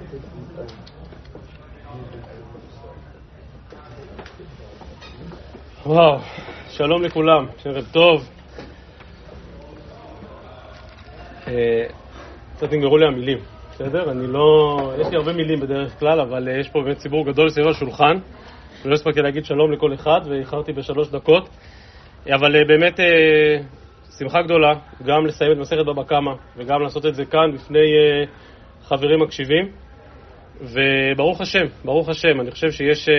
וואו, שלום לכולם, ערב טוב. קצת נגמרו לי המילים, בסדר? יש לי הרבה מילים בדרך כלל, אבל יש פה באמת ציבור גדול סביב השולחן. אני לא הספקתי להגיד שלום לכל אחד, ואיחרתי ב3 דקות. אבל באמת שמחה גדולה, גם לסיים את מסכת בבא קמא, וגם לעשות את זה כאן בפני חברים מקשיבים. וברוך השם, ברוך השם, אני חושב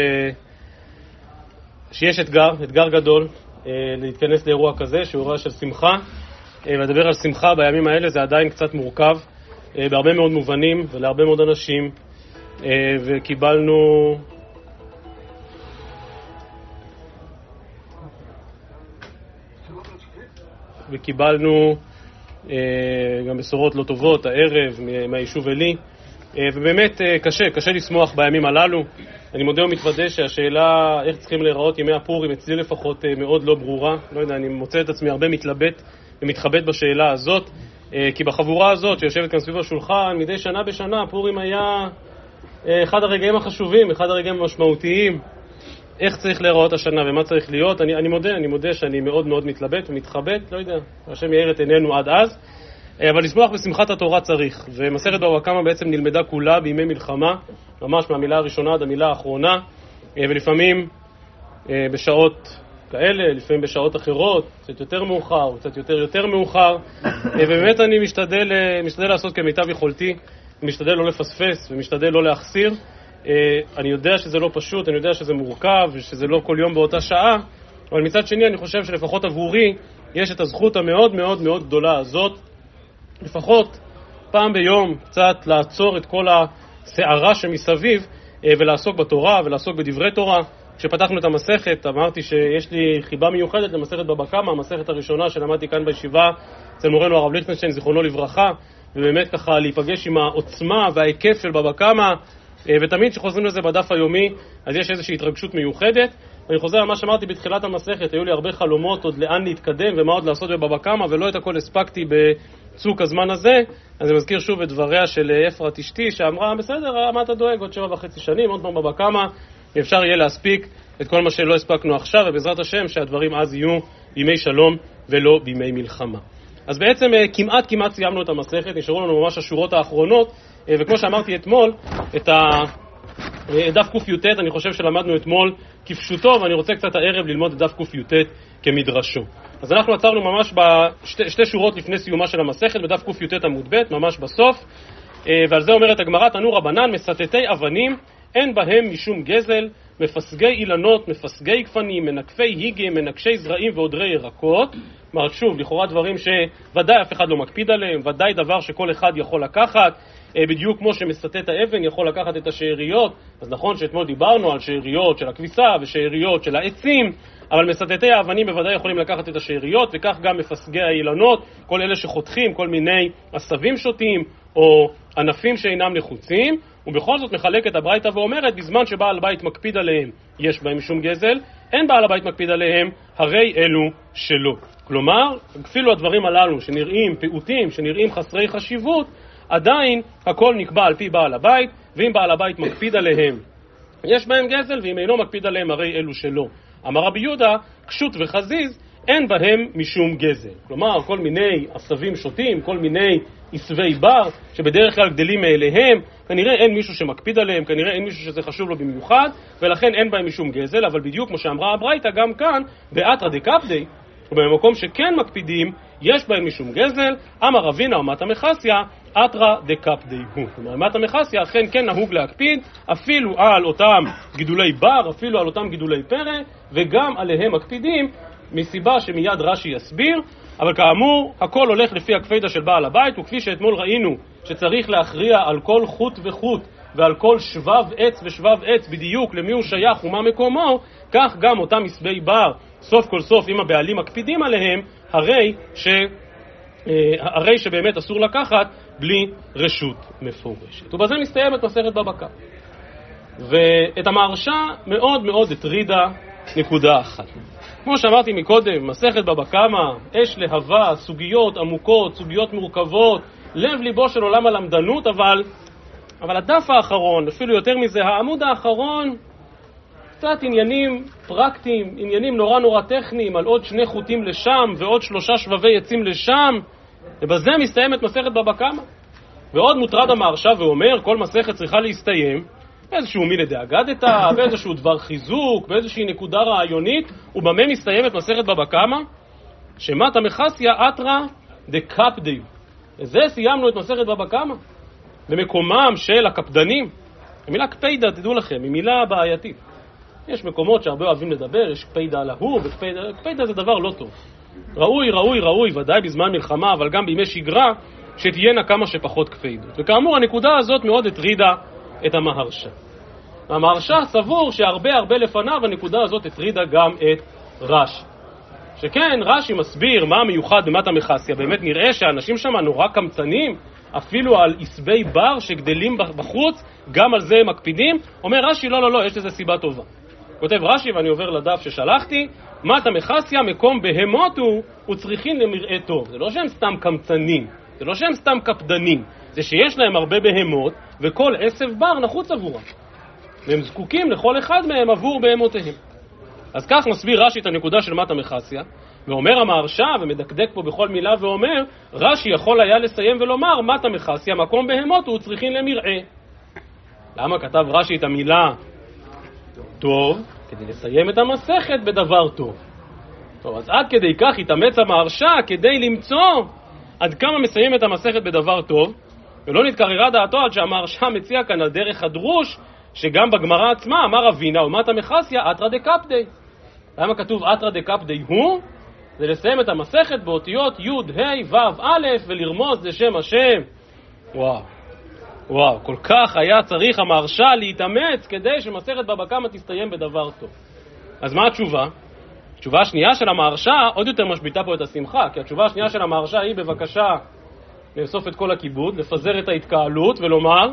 שיש אתגר גדול להתכנס לאירוע כזה, שהוא אירוע של שמחה. ולדבר על שמחה בימים האלה זה עדיין קצת מורכב, בהרבה מאוד מובנים ולהרבה מאוד אנשים, וקיבלנו גם בשורות לא טובות הערב מהיישוב אלי, ובאמת קשה לשמוח בימים הללו. אני מודה ומתוודה שהשאלה איך צריכים להיראות ימי הפורים אצלי לפחות מאוד לא ברורה. לא יודע, אני מוצא את עצמי הרבה מתלבט ומתחבט בשאלה הזאת, כי בחבורה הזאת שיושבת כאן סביב השולחן, מדי שנה בשנה פורים היה אחד הרגעים החשובים, אחד הרגעים המשמעותיים. איך צריך להיראות השנה ומה צריך להיות. אני מודה שאני מאוד מאוד מתלבט ומתחבט, לא יודע, השם יאיר את עינינו עד אז. אבל לשמוח בשמחת התורה צריך, ומסכת בבא קמא בעצם נלמדה כולה בימי מלחמה, ממש מהמילה הראשונה עד המילה האחרונה, ולפעמים בשעות כאלה, לפעמים בשעות אחרות, קצת יותר מאוחר, קצת יותר מאוחר, ובאמת אני משתדל לעשות כמיטב יכולתי, משתדל לא לפספס ומשתדל לא להחסיר. אני יודע שזה לא פשוט, אני יודע שזה מורכב ושזה לא כל יום באותה שעה, אבל מצד שני אני חושב שלפחות עבורי יש את הזכות המאוד מאוד מאוד גדולה הזאת, לפחות פעם ביום קצת לעצור את כל הסערה שמסביב ולעסוק בתורה ולעסוק בדברי תורה. כשפתחנו את המסכת אמרתי שיש לי חיבה מיוחדת למסכת בבא קמא, המסכת הראשונה שלמדתי כאן בישיבה אצל מורנו הרב ליכטנשטיין זיכרונו לברכה, ובאמת ככה להיפגש עם העוצמה וההיקף של בבא קמא, ותמיד שחוזרים לזה בדף היומי אז יש איזושהי התרגשות מיוחדת. אני חוזר על מה שאמרתי בתחילת המסכת, היו לי הרבה חלומות עוד לאן להתקדם ומה עוד לעשות בבבא קמא, ולא את הכל הספקתי בצוק הזמן הזה. אז אני מזכיר שוב את דבריה של אפרת אשתי שאמרה, בסדר, מה אתה דואג, עוד 7.5 שנים, עוד פעם בבא קמא, אפשר יהיה להספיק את כל מה שלא הספקנו עכשיו, ובעזרת השם שהדברים אז יהיו בימי שלום ולא בימי מלחמה. אז בעצם כמעט סיימנו את המסכת, נשארו לנו ממש השורות האחרונות, וכמו שאמרתי אתמול, את דף ק"ט אני חושב שלמדנו אתמול כפשוטו, ואני רוצה קצת הערב ללמוד את דף ק"ט כמדרשו. אז אנחנו עצרנו ממש בשתי שורות לפני סיומה של המסכת, בדף ק"ט עמוד ב', ממש בסוף, ועל זה אומרת הגמרא, תנו רבנן, מסתתי אבנים, אין בהם משום גזל, מפסגי אילנות, מפסגי גפנים, מנקפי היגה, מנקשי זרעים ועודרי ירקות. כלומר, שוב, לכאורה דברים שוודאי אף אחד לא מקפיד עליהם, ודאי דבר שכל אחד יכול לקחת, בדיוק כמו שמסתת האבן יכול לקחת את השאריות. אז נכון שאתמול דיברנו על שאריות של הכביסה ושאריות של העצים, אבל מסתתי האבנים בוודאי יכולים לקחת את השאריות, וכך גם מפסגי האילנות, כל אלה שחותכים כל מיני עשבים שוטים או ענפים שאינם נחוצים. ובכל זאת מחלקת הברייתא ואומרת, בזמן שבעל הבית מקפיד עליהם יש בהם שום גזל, אין בעל הבית מקפיד עליהם, הרי אלו שלו. כלומר, אפילו הדברים הללו שנראים פעוטים, שנראים חסרי חשיבות, עדיין הכל נקבע על פי בעל הבית, ואם בעל הבית מקפיד עליהם יש בהם גזל, ואם אינו מקפיד עליהם הרי אלו שלו. אמר רבי יהודה, קשות וחזיז אין בהם משום גזל. כלומר, כל מיני עשבים שוטים, כל מיני עשבי בר שבדרך כלל גדלים מאליהם, כנראה אין מישהו שמקפיד עליהם, כנראה אין מישהו שזה חשוב לו במיוחד, ולכן אין בהם משום גזל. אבל בדיוק כמו שאמרה הברייתא, גם כאן באתרא דקפדי, ובמקום שכן מקפידים יש בהם משום גזל, אמר רבינה ומטה מחסיה, אתרא דקפדי הוא. כלומר, מטה מחסיה אכן כן נהוג להקפיד אפילו על אותם גידולי בר, אפילו על אותם גידולי פרא, וגם עליהם מקפידים מסיבה שמיד רש"י יסביר. אבל כאמור, הכל הולך לפי הקפידה של בעל הבית, וכפי שאתמול ראינו שצריך להכריע על כל חוט וחוט ועל כל שבב עץ ושבב עץ בדיוק למי הוא שייך ומה מקומו, כך גם אותם עשבי בר, סוף כל סוף אם הבעלים מקפידים עליהם, הרי שבאמת אסור לקחת בלי רשות מפורשת. ובזה מסתיימת מסכת בבא קמא. ואת המהרש"א מאוד מאוד הטרידה נקודה אחת. כמו שאמרתי מקודם, מסכת בבא קמא, אש להבה, סוגיות עמוקות, סוגיות מורכבות, לב ליבו של עולם הלמדנות, אבל אבל הדף האחרון, אפילו יותר מזה, העמוד האחרון, קצת עניינים פרקטיים, עניינים נורא טכניים, על עוד 2 חוטים לשם ועוד 3 שבבי עצים לשם, ובזה מסתיימת מסכת בבא קמא. ועוד מוטרד המהרש"א ואומר, כל מסכת צריכה להסתיים באיזשהו מילי דאגדתא, באיזשהו דבר חיזוק, באיזושהי נקודה רעיונית, ובמה מסתיימת מסכת בבא קמא? שמטה מחסיא אתרא דקפדי. וזה סיימנו את מסכת בבא קמא. במקומם של הקפדנים. המילה קפידה, תדעו לכם, היא מילה בעייתית. יש מקומות שהרבה אוהבים לדבר, יש קפידה על ההוא, קפידה זה דבר לא טוב. ראוי, ודאי בזמן מלחמה, אבל גם בימי שגרה, שתהיינה כמה שפחות קפידות. וכאמור, הנקודה הזאת מאוד הטרידה את המהרש"א. המהרש"א סבור שהרבה לפניו, הנקודה הזאת הטרידה גם את רש"י. שכן, רש"י מסביר מה המיוחד במטה מחסיא. באמת נראה שהאנשים שם נורא קמצנים, אפילו על עשבי בר שגדלים בחוץ, גם על זה הם מקפידים. אומר רש"י, לא, יש לזה סיבה טובה. כותב רש"י, ואני עובר לדף ששלחתי, מטה מחסיא מקום בהמות הוא צריכים למראה טוב. זה לא שהם סתם קמצנים, זה לא שהם סתם קפדנים, זה שיש להם הרבה בהמות, וכל עשב בר נחוץ עבורם. והם זקוקים לכל אחד מהם עבור בהמותיהם. אז כך מסביר רש"י את הנקודה של מטה מחסיא, ואומר המהרש"א, ומדקדק פה בכל מילה ואומר, רש"י יכול היה לסיים ולומר, מטה מחסיא מקום בהמות הוא צריכים למראה. למה כתב רש"י את המילה טוב? כדי לסיים את המסכת בדבר טוב. טוב, אז עד כדי כך התאמץ המהרש"א כדי למצוא עד כמה מסיים את המסכת בדבר טוב, ולא נתקררה דעתו עד שהמהרש"א מציע כאן על דרך הדרוש, שגם בגמרא עצמה אמר אבינה ומטה מחסיא אתרא דקפדי. למה כתוב אתרא דקפדי הוא? זה לסיים את המסכת באותיות י' ה' ו' א' ולרמוז לשם השם. וואו, כל כך היה צריך המהרש"א להתאמץ כדי שמסכת בבא קמא תסתיים בדבר טוב. אז מה התשובה? התשובה השנייה של המהרש"א עוד יותר משביטה פה את השמחה, כי התשובה השנייה של המהרש"א היא בבקשה לאסוף את כל הכיבוד, לפזר את ההתקהלות ולומר,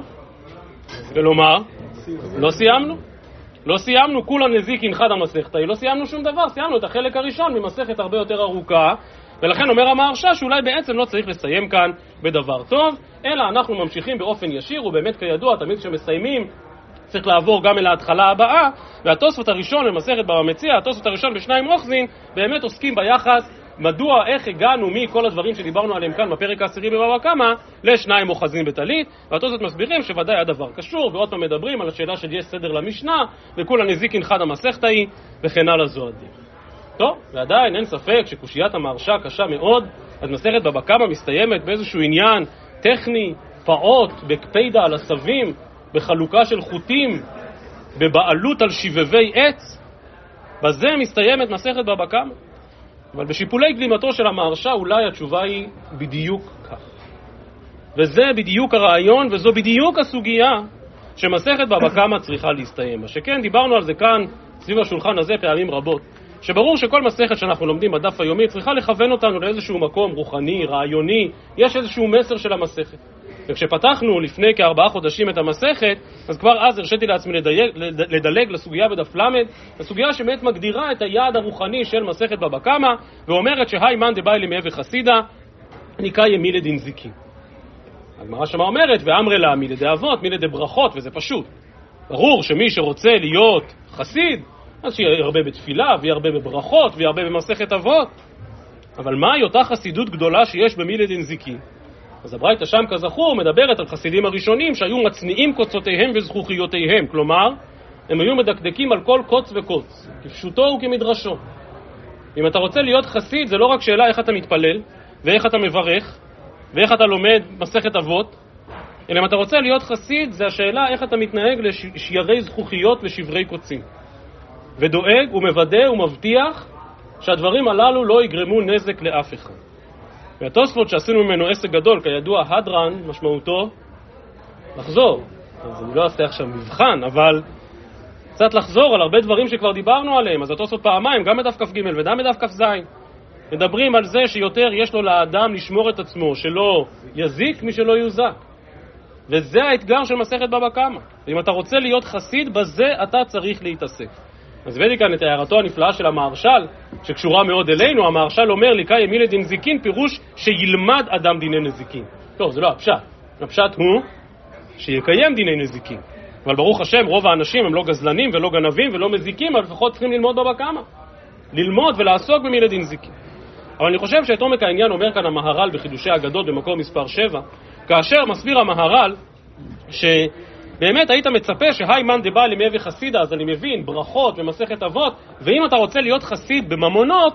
לא סיימנו, כולה נזיקין חד המסכתא, לא סיימנו שום דבר, סיימנו את החלק הראשון ממסכת הרבה יותר ארוכה, ולכן אומר המהרש"א שאולי בעצם לא צריך לסיים כאן בדבר טוב, אלא אנחנו ממשיכים באופן ישיר, ובאמת כידוע, תמיד כשמסיימים צריך לעבור גם אל ההתחלה הבאה, והתוספות הראשון למסכת בבא מציעא, התוספות הראשון בשניים אוחזין, באמת עוסקים ביחס מדוע, איך הגענו מכל הדברים שדיברנו עליהם כאן בפרק העשירי בבבא קמא לשניים אוחזין בטלית, והתוספות מסבירים שוודאי הדבר קשור, ועוד פעם מדברים על השאלה של יש סדר למשנה, וכולה נזיקין חד המסכתא היא, וכן הלאה זו הדרך. טוב, ועדיין אין ספק שקושיית המהרש"א קשה מאוד, אז מסכת בבא קמא מסתיימת באיזשהו עניין טכני, פעוט, בקפידה על עשבים, בחלוקה של חוטים, בבעלות על שבבי עץ, בזה מסתיימת מסכת בבא קמא. אבל בשיפולי גלימתו של המהרש"א אולי התשובה היא בדיוק כך. וזה בדיוק הרעיון, וזו בדיוק הסוגיה שמסכת בבא קמא צריכה להסתיים. שכן דיברנו על זה כאן סביב השולחן הזה פעמים רבות, שברור שכל מסכת שאנחנו לומדים בדף היומי צריכה לכוון אותנו לאיזשהו מקום רוחני, רעיוני, יש איזשהו מסר של המסכת. וכשפתחנו לפני כ4 חודשים את המסכת, אז כבר אז הרשיתי לעצמי לדלג לסוגיה בדף למד, הסוגיה שבאמת מגדירה את היעד הרוחני של מסכת בבא קמא, ואומרת שהי מאן דבאי למיה וחסידה, נקרא מילי דנזיקין. הגמרא שמה אומרת, ואמרי לה מילי דאבות, מילי דברכות, וזה פשוט. ברור שמי שרוצה להיות חסיד, אז שיהיה הרבה בתפילה, ויהיה הרבה בברכות, ויהיה הרבה במסכת אבות. אבל מהי אותה חסידות גדולה שיש במילי דנזיקין? אז הברייתא שם כזכור מדברת על חסידים הראשונים שהיו מצניעים קוצותיהם וזכוכיותיהם, כלומר הם היו מדקדקים על כל קוץ וקוץ, כפשוטו וכמדרשו. אם אתה רוצה להיות חסיד זה לא רק שאלה איך אתה מתפלל ואיך אתה מברך ואיך אתה לומד מסכת אבות, אלא אם אתה רוצה להיות חסיד זה השאלה איך אתה מתנהג לשיירי זכוכיות ושברי קוצים, ודואג ומוודא ומבטיח שהדברים הללו לא יגרמו נזק לאף אחד. והתוספות שעשינו ממנו עסק גדול, כידוע הדרן משמעותו לחזור. אז אני לא אעשה עכשיו מבחן, אבל קצת לחזור על הרבה דברים שכבר דיברנו עליהם. אז התוספות פעמיים, גם בדף כ"ג וגם בדף כ"ז, מדברים על זה שיותר יש לו לאדם לשמור את עצמו, שלא יזיק משלא יוזק. וזה האתגר של מסכת בבא קמא. ואם אתה רוצה להיות חסיד, בזה אתה צריך להתעסק. אז הבאתי כאן את הערתו הנפלאה של המהרש"ל, שקשורה מאוד אלינו. המהרש"ל אומר לי, קאי מילי דנזיקין, פירוש שילמד אדם דיני נזיקין. טוב, זה לא הפשט. הפשט הוא שיקיים דיני נזיקין. אבל ברוך השם, רוב האנשים הם לא גזלנים ולא גנבים ולא מזיקים, אבל לפחות צריכים ללמוד בבא קמא. ללמוד ולעסוק במילי דין נזיקין. אבל אני חושב שאת עומק העניין אומר כאן המהר"ל בחידושי אגדות במקור מספר 7, כאשר מסביר המהר"ל שבאמת היית מצפה שהי מאן דבעל ימיה וחסידה, אז אני מבין, ברכות ומסכת אבות, ואם אתה רוצה להיות חסיד בממונות,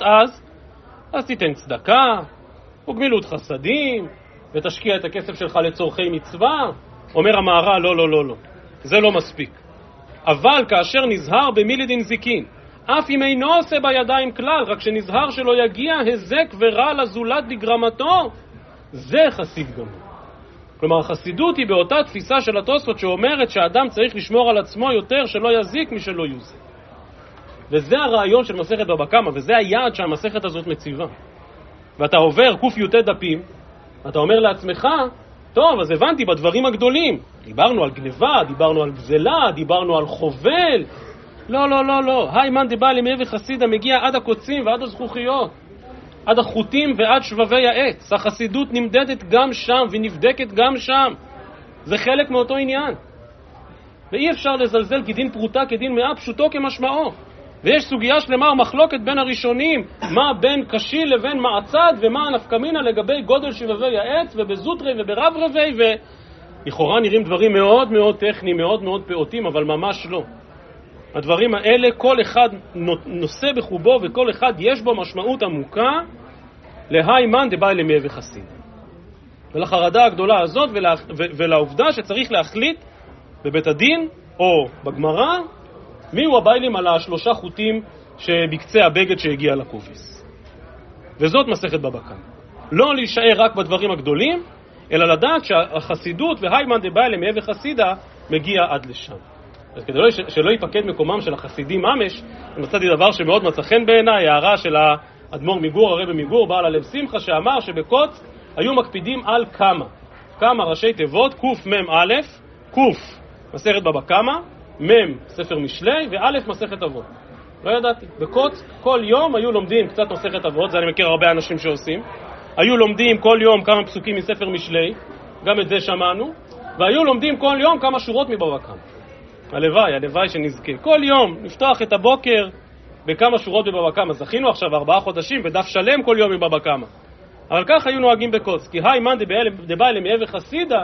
אז תיתן צדקה, וגמילות חסדים, ותשקיע את הכסף שלך לצורכי מצווה. אומר המהר"ל, לא, זה לא מספיק. אבל כאשר נזהר במילי דין נזיקין, אף אם אינו עושה בידיים כלל, רק שנזהר שלא יגיע הזק ורע לזולת בגרמתו, זה חסיד גמור. כלומר, החסידות היא באותה תפיסה של התוספות שאומרת שהאדם צריך לשמור על עצמו יותר שלא יזיק משלא יוזק. וזה הרעיון של מסכת בבא קמא, וזה היעד שהמסכת הזאת מציבה. ואתה עובר ק"י"ט דפים, אתה אומר לעצמך, טוב, אז הבנתי בדברים הגדולים. דיברנו על גניבה, דיברנו על גזלה, דיברנו על חובל. לא. היי מאן דבעל ימיה וחסידה מגיע עד הקוצים ועד הזכוכיות, עד החוטים ועד שבבי העץ. החסידות נמדדת גם שם ונבדקת גם שם. זה חלק מאותו עניין. ואי אפשר לזלזל כדין פרוטה כדין מאה, פשוטו כמשמעו. ויש סוגיה שלמה ומחלוקת בין הראשונים, מה בין קשיל לבין מעצד, ומה הנפקמינה לגבי גודל שבבי העץ, ובזוטרי וברברבי, ולכאורה נראים דברים מאוד מאוד טכניים, מאוד מאוד פעוטים, אבל ממש לא. הדברים האלה, כל אחד נושא בחובו, וכל אחד יש בו משמעות עמוקה, להי מאן דבעל ימיה וחסידה. ולחרדה הגדולה הזאת, ולעובדה שצריך להחליט בבית הדין, או בגמרא, מיהו הבעלים על השלושה חוטים שבקצה הבגד שהגיע לקוביס. וזאת מסכת בבא קמא. לא להישאר רק בדברים הגדולים, אלא לדעת שהחסידות והי מאן דבעל ימיה וחסידה מגיע עד לשם. אז כדי שלא ייפקד מקומם של החסידים ממש, מצאתי דבר שמאוד מצא חן בעיניי, הערה של האדמו"ר מגור, הרבי מגור, בעל הלב שמחה, שאמר שבקוץ היו מקפידים על כמה ראשי תיבות, קמ"א, ק' מסכת בבא קמא, מ' ספר משלי וא' מסכת אבות. לא ידעתי. בקוץ כל יום היו לומדים קצת מסכת אבות, זה אני מכיר הרבה אנשים שעושים. היו לומדים כל יום כמה פסוקים מספר משלי, גם את זה שמענו, והיו לומדים כל יום כמה שורות מבבא קמא. הלוואי שנזכה. כל יום לפתוח את הבוקר בכמה שורות בבבא קמא. זכינו עכשיו 4 חודשים בדף שלם כל יום מבבא קמא. אבל כך היו נוהגים בקוץ, כי היי מאן דבעל ימיה וחסידה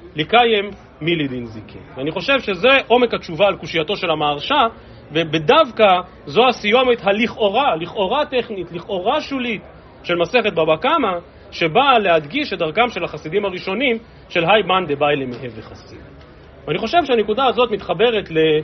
לקיים מילי דין נזיקין. ואני חושב שזה עומק התשובה על קושייתו של המהרש"א, ובדווקא זו הסיומת לכאורה טכנית, לכאורה שולית של מסכת בבא קמא, שבאה להדגיש את דרכם של החסידים הראשונים של היי מאן דבעל ימיה וחסידה. ואני חושב שהנקודה הזאת מתחברת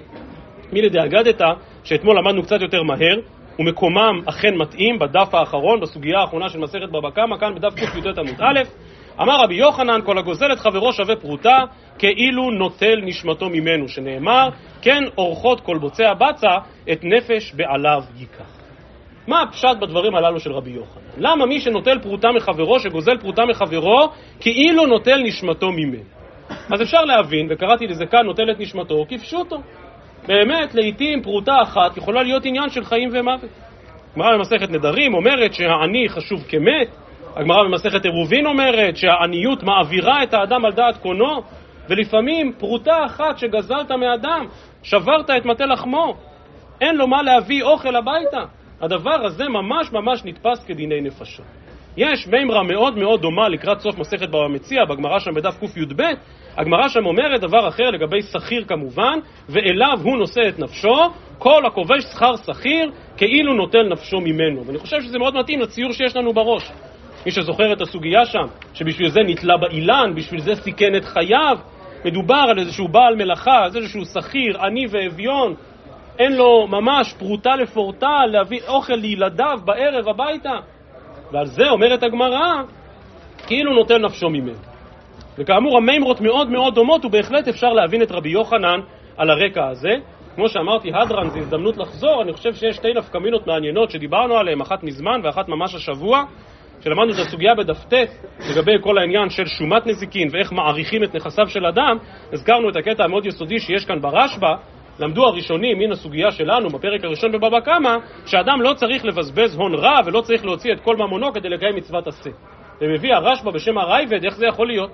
למילי דאגדתא, שאתמול למדנו קצת יותר מהר, ומקומם אכן מתאים בדף האחרון, בסוגיה האחרונה של מסכת בבא קמא, כאן בדף ק"י"ט עמוד א', אמר רבי יוחנן, כל הגוזל את חברו שווה פרוטה, כאילו נוטל נשמתו ממנו, שנאמר, כן אורחות כל בוצע בצע, את נפש בעליו ייקח. מה הפשט בדברים הללו של רבי יוחנן? למה מי שנוטל פרוטה מחברו, שגוזל פרוטה מחברו, כאילו נוטל נשמתו ממנו? אז אפשר להבין, וקראתי לזה כאן נוטל את נשמתו, כפשוטו. באמת, לעתים פרוטה אחת יכולה להיות עניין של חיים ומוות. הגמרא במסכת נדרים אומרת שהעני חשוב כמת, הגמרא במסכת עירובין אומרת שהעניות מעבירה את האדם על דעת קונו, ולפעמים פרוטה אחת שגזלת מאדם, שברת את מטה לחמו, אין לו מה להביא אוכל הביתה. הדבר הזה ממש ממש נתפס כדיני נפשות. יש מימרה מאוד מאוד דומה לקראת סוף מסכת בבא מציעא, בגמרא שם בדף ק"י"ב, הגמרא שם אומרת דבר אחר לגבי שכיר כמובן, ואליו הוא נושא את נפשו, כל הכובש שכר שכיר כאילו נוטל נפשו ממנו. ואני חושב שזה מאוד מתאים לציור שיש לנו בראש. מי שזוכר את הסוגיה שם, שבשביל זה נתלה באילן, בשביל זה סיכן את חייו, מדובר על איזשהו בעל מלאכה, איזשהו שכיר, עני ואביון, אין לו ממש פרוטה לפורטה להביא אוכל לילדיו בערב הביתה, ועל זה אומרת הגמרא כאילו נוטל נפשו ממנו. וכאמור המימרות מאוד מאוד דומות, ובהחלט אפשר להבין את רבי יוחנן על הרקע הזה. כמו שאמרתי, הדרן זה הזדמנות לחזור. אני חושב שיש 2 נפקמינות מעניינות שדיברנו עליהן, אחת מזמן ואחת ממש השבוע, שלמדנו את הסוגיה בדף ט' לגבי כל העניין של שומת נזיקין ואיך מעריכים את נכסיו של אדם. הזכרנו את הקטע המאוד יסודי שיש כאן ברשב"א. למדו הראשונים מן הסוגיה שלנו בפרק הראשון בבבא קמא, שאדם לא צריך לבזבז הון רע ולא צריך להוציא את כל ממונו כדי לקיים מצוות עשה. ומביא הרשב"א בשם הרייבד, איך זה יכול להיות?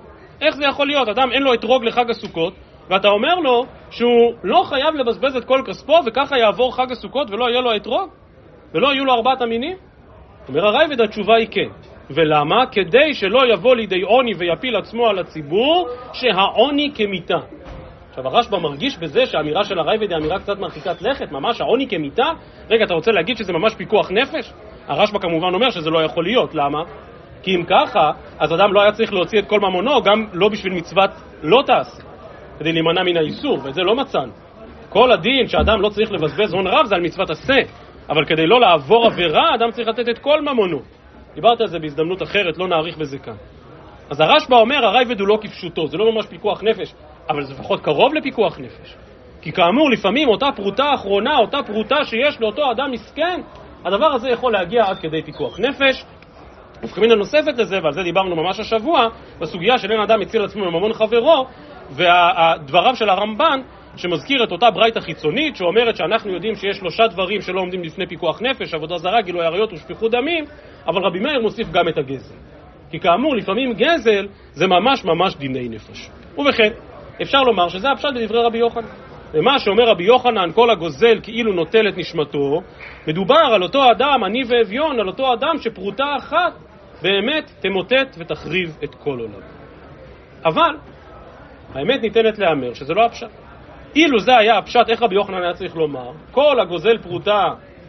איך זה יכול להיות? אדם אין לו אתרוג לחג הסוכות, ואתה אומר לו שהוא לא חייב לבזבז את כל כספו, וככה יעבור חג הסוכות ולא יהיה לו אתרוג? ולא יהיו לו 4 המינים? אומר הרייבד, התשובה היא כן. ולמה? כדי שלא יבוא לידי עוני ויפיל עצמו על הציבור, שהעוני כמיתה. עכשיו הרשב"א מרגיש בזה שהאמירה של הרייבד היא אמירה קצת מרחיקת לכת, ממש העוני כמיתה? רגע, אתה רוצה להגיד שזה ממש פיקוח נפש? הרשב"א כמובן אומר שזה לא יכול להיות. למה? כי אם ככה, אז אדם לא היה צריך להוציא את כל ממונו, גם לא בשביל מצוות לא תעשה, כדי להימנע מן האיסור, ואת זה לא מצאנו. כל הדין שאדם לא צריך לבזבז הון רב זה על מצוות עשה, אבל כדי לא לעבור עבירה, אדם צריך לתת את כל ממונו. דיברת על זה בהזדמנות אחרת, לא נאריך בזה כאן. אז הרשב"א אומר, הרייבד הוא לא כפשוטו, זה לא ממש פיקוח נפש, אבל זה לפחות קרוב לפיקוח נפש. כי כאמור, לפעמים אותה פרוטה האחרונה, אותה פרוטה שיש לאותו אדם מסכן, הדבר הזה יכול להגיע עד כדי פיקוח נפש. ופכמינה נוספת לזה, ועל זה דיברנו ממש השבוע, בסוגיה של אין אדם מציל עצמו מממון חברו, והדבריו של הרמב"ן, שמזכיר את אותה ברייתא חיצונית, שאומרת שאנחנו יודעים שיש 3 דברים שלא עומדים לפני פיקוח נפש, עבודה זרה, גילוי עריות ושפיכות דמים, אבל רבי מאיר מוסיף גם את הגזל. כי כאמור, לפעמים גזל זה ממש ממש דיני נפש. ובכן, אפשר לומר שזה הפשט בדברי רבי יוחנן. ומה שאומר רבי יוחנן, כל הגוזל כאילו נוטל את נשמתו, מדובר על אותו אדם, עני ואביון, על אותו אדם שפרוטה אחת באמת תמוטט ותחריב את כל עולם. אבל האמת ניתנת לאמר שזה לא הפשט. אילו זה היה הפשט, איך רבי יוחנן היה צריך לומר? כל הגוזל פרוטה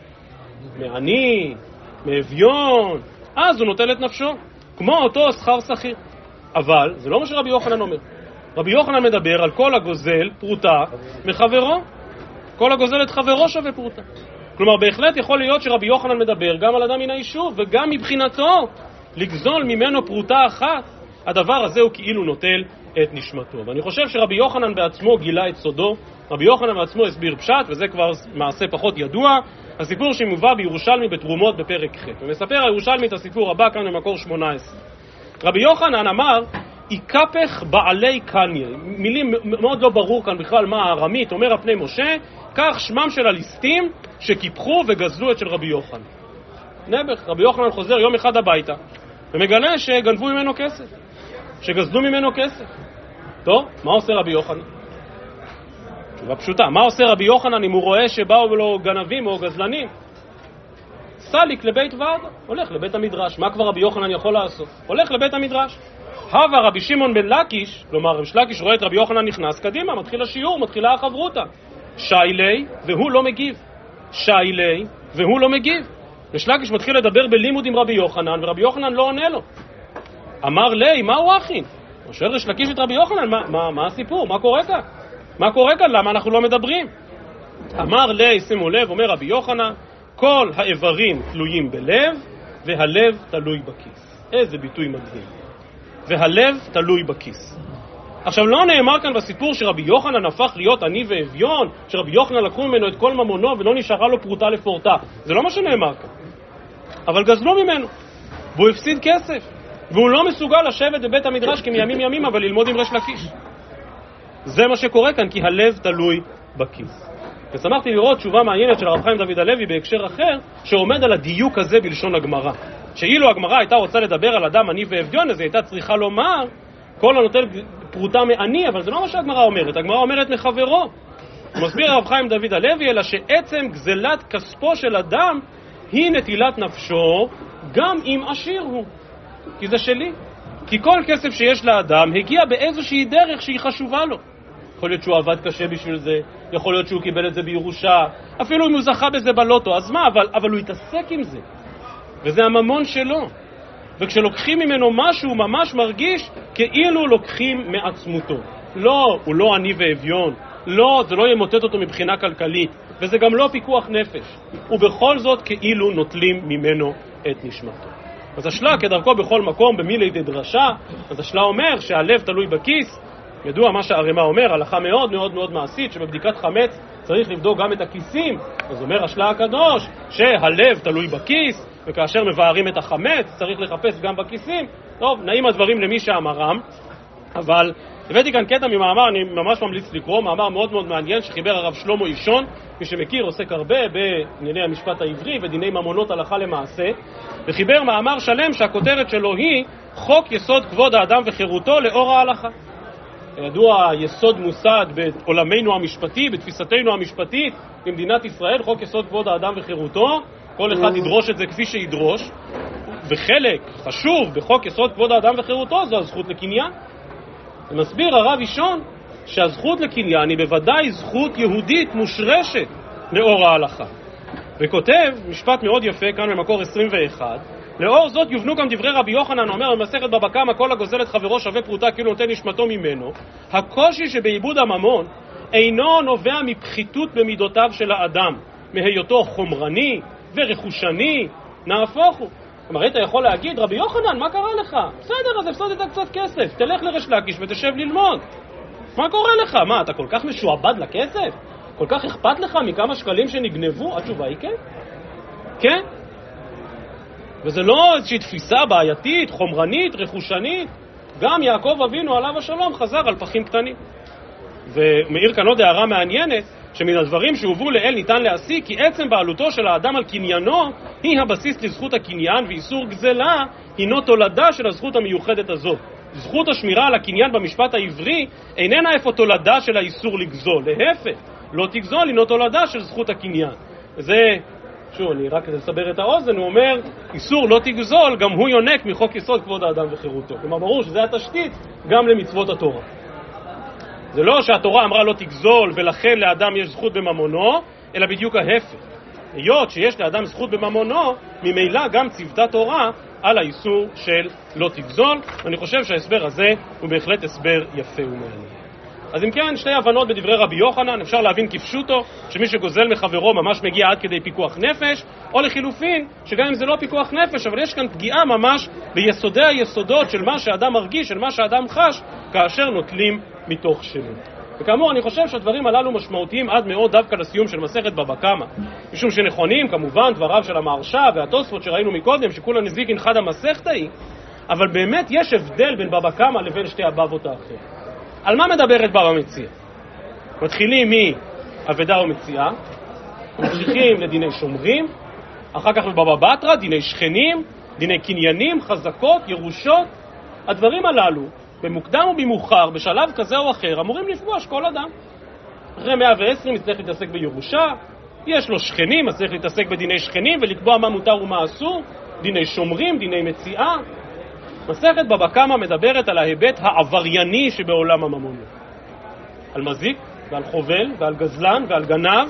מעני, מאביון, אז הוא נוטל את נפשו, כמו אותו שכר שכיר. אבל זה לא מה שרבי יוחנן אומר. רבי יוחנן מדבר על כל הגוזל פרוטה מחברו. כל הגוזל את חברו שווה פרוטה. כלומר, בהחלט יכול להיות שרבי יוחנן מדבר גם על אדם מן היישוב, וגם מבחינתו לגזול ממנו פרוטה אחת, הדבר הזה הוא כאילו נוטל את נשמתו. ואני חושב שרבי יוחנן בעצמו גילה את סודו, רבי יוחנן בעצמו הסביר פשט, וזה כבר מעשה פחות ידוע, הסיפור שמובא בירושלמי בתרומות בפרק ח'. ומספר הירושלמי את הסיפור הבא כאן במקור 18. רבי יוחנן אמר, איקפך בעלי קניה, מילים מאוד לא ברור כאן בכלל מה הארמית, אומר הפני משה, כך שמם של הליסטים שקיפחו וגזלו את של רבי יוחנן. נבח, רבי יוחנן חוזר יום אחד הביתה, ומגלה שגנבו ממנו כסף, שגזלו ממנו כסף. טוב, מה עושה רבי יוחנן? תשובה פשוטה, מה עושה רבי יוחנן אם הוא רואה שבאו לו גנבים או גזלנים? סליק לבית ועד, הולך לבית המדרש. מה כבר רבי יוחנן יכול לעשות? הולך לבית המדרש. הווה רבי שמעון בן לקיש, כלומר רבי לקיש רואה את רבי יוחנן נכנס קדימה, מתחיל השיעור, מתחילה החברותה. שיילי והוא לא מגיב. שיילי והוא לא מגיב. ושלקיש מתחיל לדבר בלימוד עם רבי יוחנן, ורבי יוחנן לא עונה לו. אמר לי, מה הוא הכין? הוא שואל שלקיש את רבי יוחנן, מה הסיפור? מה קורה כאן? מה קורה כאן? למה אנחנו לא מדברים? אמר לי, שימו לב, אומר רבי יוחנן, כל האיברים תלויים בלב, והלב תלוי בכיס. איזה ביטוי מדהים. והלב תלוי בכיס. עכשיו לא נאמר כאן בסיפור שרבי יוחנן הפך להיות עני ואביון, שרבי יוחנן לקחו ממנו את כל ממונו ולא נשארה לו פרוטה לפורטה. זה לא מה שנאמר כאן. אבל גזלו ממנו, והוא הפסיד כסף, והוא לא מסוגל לשבת בבית המדרש כמימים ימים, אבל ללמוד עם ריש לקיש. זה מה שקורה כאן, כי הלב תלוי בכיס. ושמחתי לראות תשובה מעניינת של הרב חיים דוד הלוי בהקשר אחר, שעומד על הדיוק הזה בלשון הגמרא. שאילו הגמרא הייתה רוצה לדבר על אדם עני ואביון, אז היא הייתה צריכה לומר, כל הנוטל פרוטה מעני, אבל זה לא מה שהגמרא אומרת, הגמרא אומרת מחברו. הוא מסביר הרב חיים דוד הלוי, אלא שעצם גזלת כספו של אדם, היא נטילת נפשו, גם אם עשיר הוא. כי זה שלי. כי כל כסף שיש לאדם הגיע באיזושהי דרך שהיא חשובה לו. יכול להיות שהוא עבד קשה בשביל זה, יכול להיות שהוא קיבל את זה בירושה, אפילו אם הוא זכה בזה בלוטו, אז מה? אבל הוא התעסק עם זה. וזה הממון שלו. וכשלוקחים ממנו משהו, הוא ממש מרגיש כאילו לוקחים מעצמותו. לא, הוא לא עני ואביון. לא, זה לא ימוטט אותו מבחינה כלכלית. וזה גם לא פיקוח נפש. ובכל זאת כאילו נוטלים ממנו את נשמתו. אז השלה כדרכו בכל מקום במילי דרשה, אז השלה אומר שהלב תלוי בכיס. ידוע מה שהרמ"א אומר, הלכה מאוד מאוד מאוד מעשית, שבבדיקת חמץ צריך לבדוק גם את הכיסים. אז אומר השלה הקדוש שהלב תלוי בכיס, וכאשר מבארים את החמץ צריך לחפש גם בכיסים. טוב, נעים הדברים למי שאמרם, אבל הבאתי כאן קטע ממאמר, אני ממש ממליץ לקרוא, מאמר מאוד מאוד מעניין שחיבר הרב שלמה אישון, מי שמכיר עוסק הרבה בענייני המשפט העברי ודיני ממונות הלכה למעשה, וחיבר מאמר שלם שהכותרת שלו היא חוק יסוד כבוד האדם וחירותו לאור ההלכה. ידוע יסוד מוסד בעולמנו המשפטי, בתפיסתנו המשפטית במדינת ישראל, חוק יסוד כבוד האדם וחירותו, כל אחד ידרוש את זה כפי שידרוש, וחלק חשוב בחוק יסוד כבוד האדם וחירותו זו הזכות לקניין. ומסביר הרב ראשון שהזכות לקניין היא בוודאי זכות יהודית מושרשת לאור ההלכה. וכותב משפט מאוד יפה כאן במקור 21, לאור זאת יובנו גם דברי רבי יוחנן, אומר במסכת בבא קמא, כל הגוזל את חברו שווה פרוטה כאילו נותן נשמתו ממנו. הקושי שבעיבוד הממון אינו נובע מפחיתות במידותיו של האדם, מהיותו חומרני ורכושני, נהפוך הוא. כלומר, היית יכול להגיד, רבי יוחנן, מה קרה לך? בסדר, אז הפסדת קצת כסף, תלך לריש לקיש ותשב ללמוד. מה קורה לך? מה, אתה כל כך משועבד לכסף? כל כך אכפת לך מכמה שקלים שנגנבו? התשובה היא כן. כן. וזה לא איזושהי תפיסה בעייתית, חומרנית, רכושנית. גם יעקב אבינו עליו השלום חזר על פחים קטנים. ומאיר כאן עוד הערה מעניינת, שמן הדברים שהובאו לאל ניתן להסיק כי עצם בעלותו של האדם על קניינו היא הבסיס לזכות הקניין, ואיסור גזלה הינו תולדה של הזכות המיוחדת הזו. זכות השמירה על הקניין במשפט העברי איננה איפה תולדה של האיסור לגזול, להפך, לא תגזול הינו תולדה של זכות הקניין. זה, שוב, אני רק לסבר את האוזן, הוא אומר, איסור לא תגזול, גם הוא יונק מחוק יסוד כבוד האדם וחירותו. כלומר, ברור שזה התשתית גם למצוות התורה. זה לא שהתורה אמרה לא תגזול ולכן לאדם יש זכות בממונו, אלא בדיוק ההפך. היות שיש לאדם זכות בממונו, ממילא גם צוותה תורה על האיסור של לא תגזול. ואני חושב שההסבר הזה הוא בהחלט הסבר יפה ומעניין. אז אם כן, שתי הבנות בדברי רבי יוחנן, אפשר להבין כפשוטו שמי שגוזל מחברו ממש מגיע עד כדי פיקוח נפש, או לחילופין, שגם אם זה לא פיקוח נפש, אבל יש כאן פגיעה ממש ביסודי היסודות של מה שאדם מרגיש, של מה שאדם חש, כאשר נוטלים מתוך שלו. וכאמור, אני חושב שהדברים הללו משמעותיים עד מאוד דווקא לסיום של מסכת בבא קמא, משום שנכונים כמובן דבריו של המהרש"א והתוספות שראינו מקודם, שכולה נזיקין חד המסכתא היא, אבל באמת יש הבדל בין בבא קמא לבין שתי הבבות האחרות. על מה מדברת בבא מציעא? מתחילים מאבדה ומציאה, ממשיכים לדיני שומרים, אחר כך בבבא בתרא, דיני שכנים, דיני קניינים, חזקות, ירושות. הדברים הללו, במוקדם או במאוחר, בשלב כזה או אחר, אמורים לפגוש כל אדם. אחרי 120 צריך להתעסק בירושה, יש לו שכנים, אז צריך להתעסק בדיני שכנים ולקבוע מה מותר ומה אסור, דיני שומרים, דיני מציאה. מסכת בבא קמא מדברת על ההיבט העברייני שבעולם הממון. על מזיק ועל חובל ועל גזלן ועל גנב.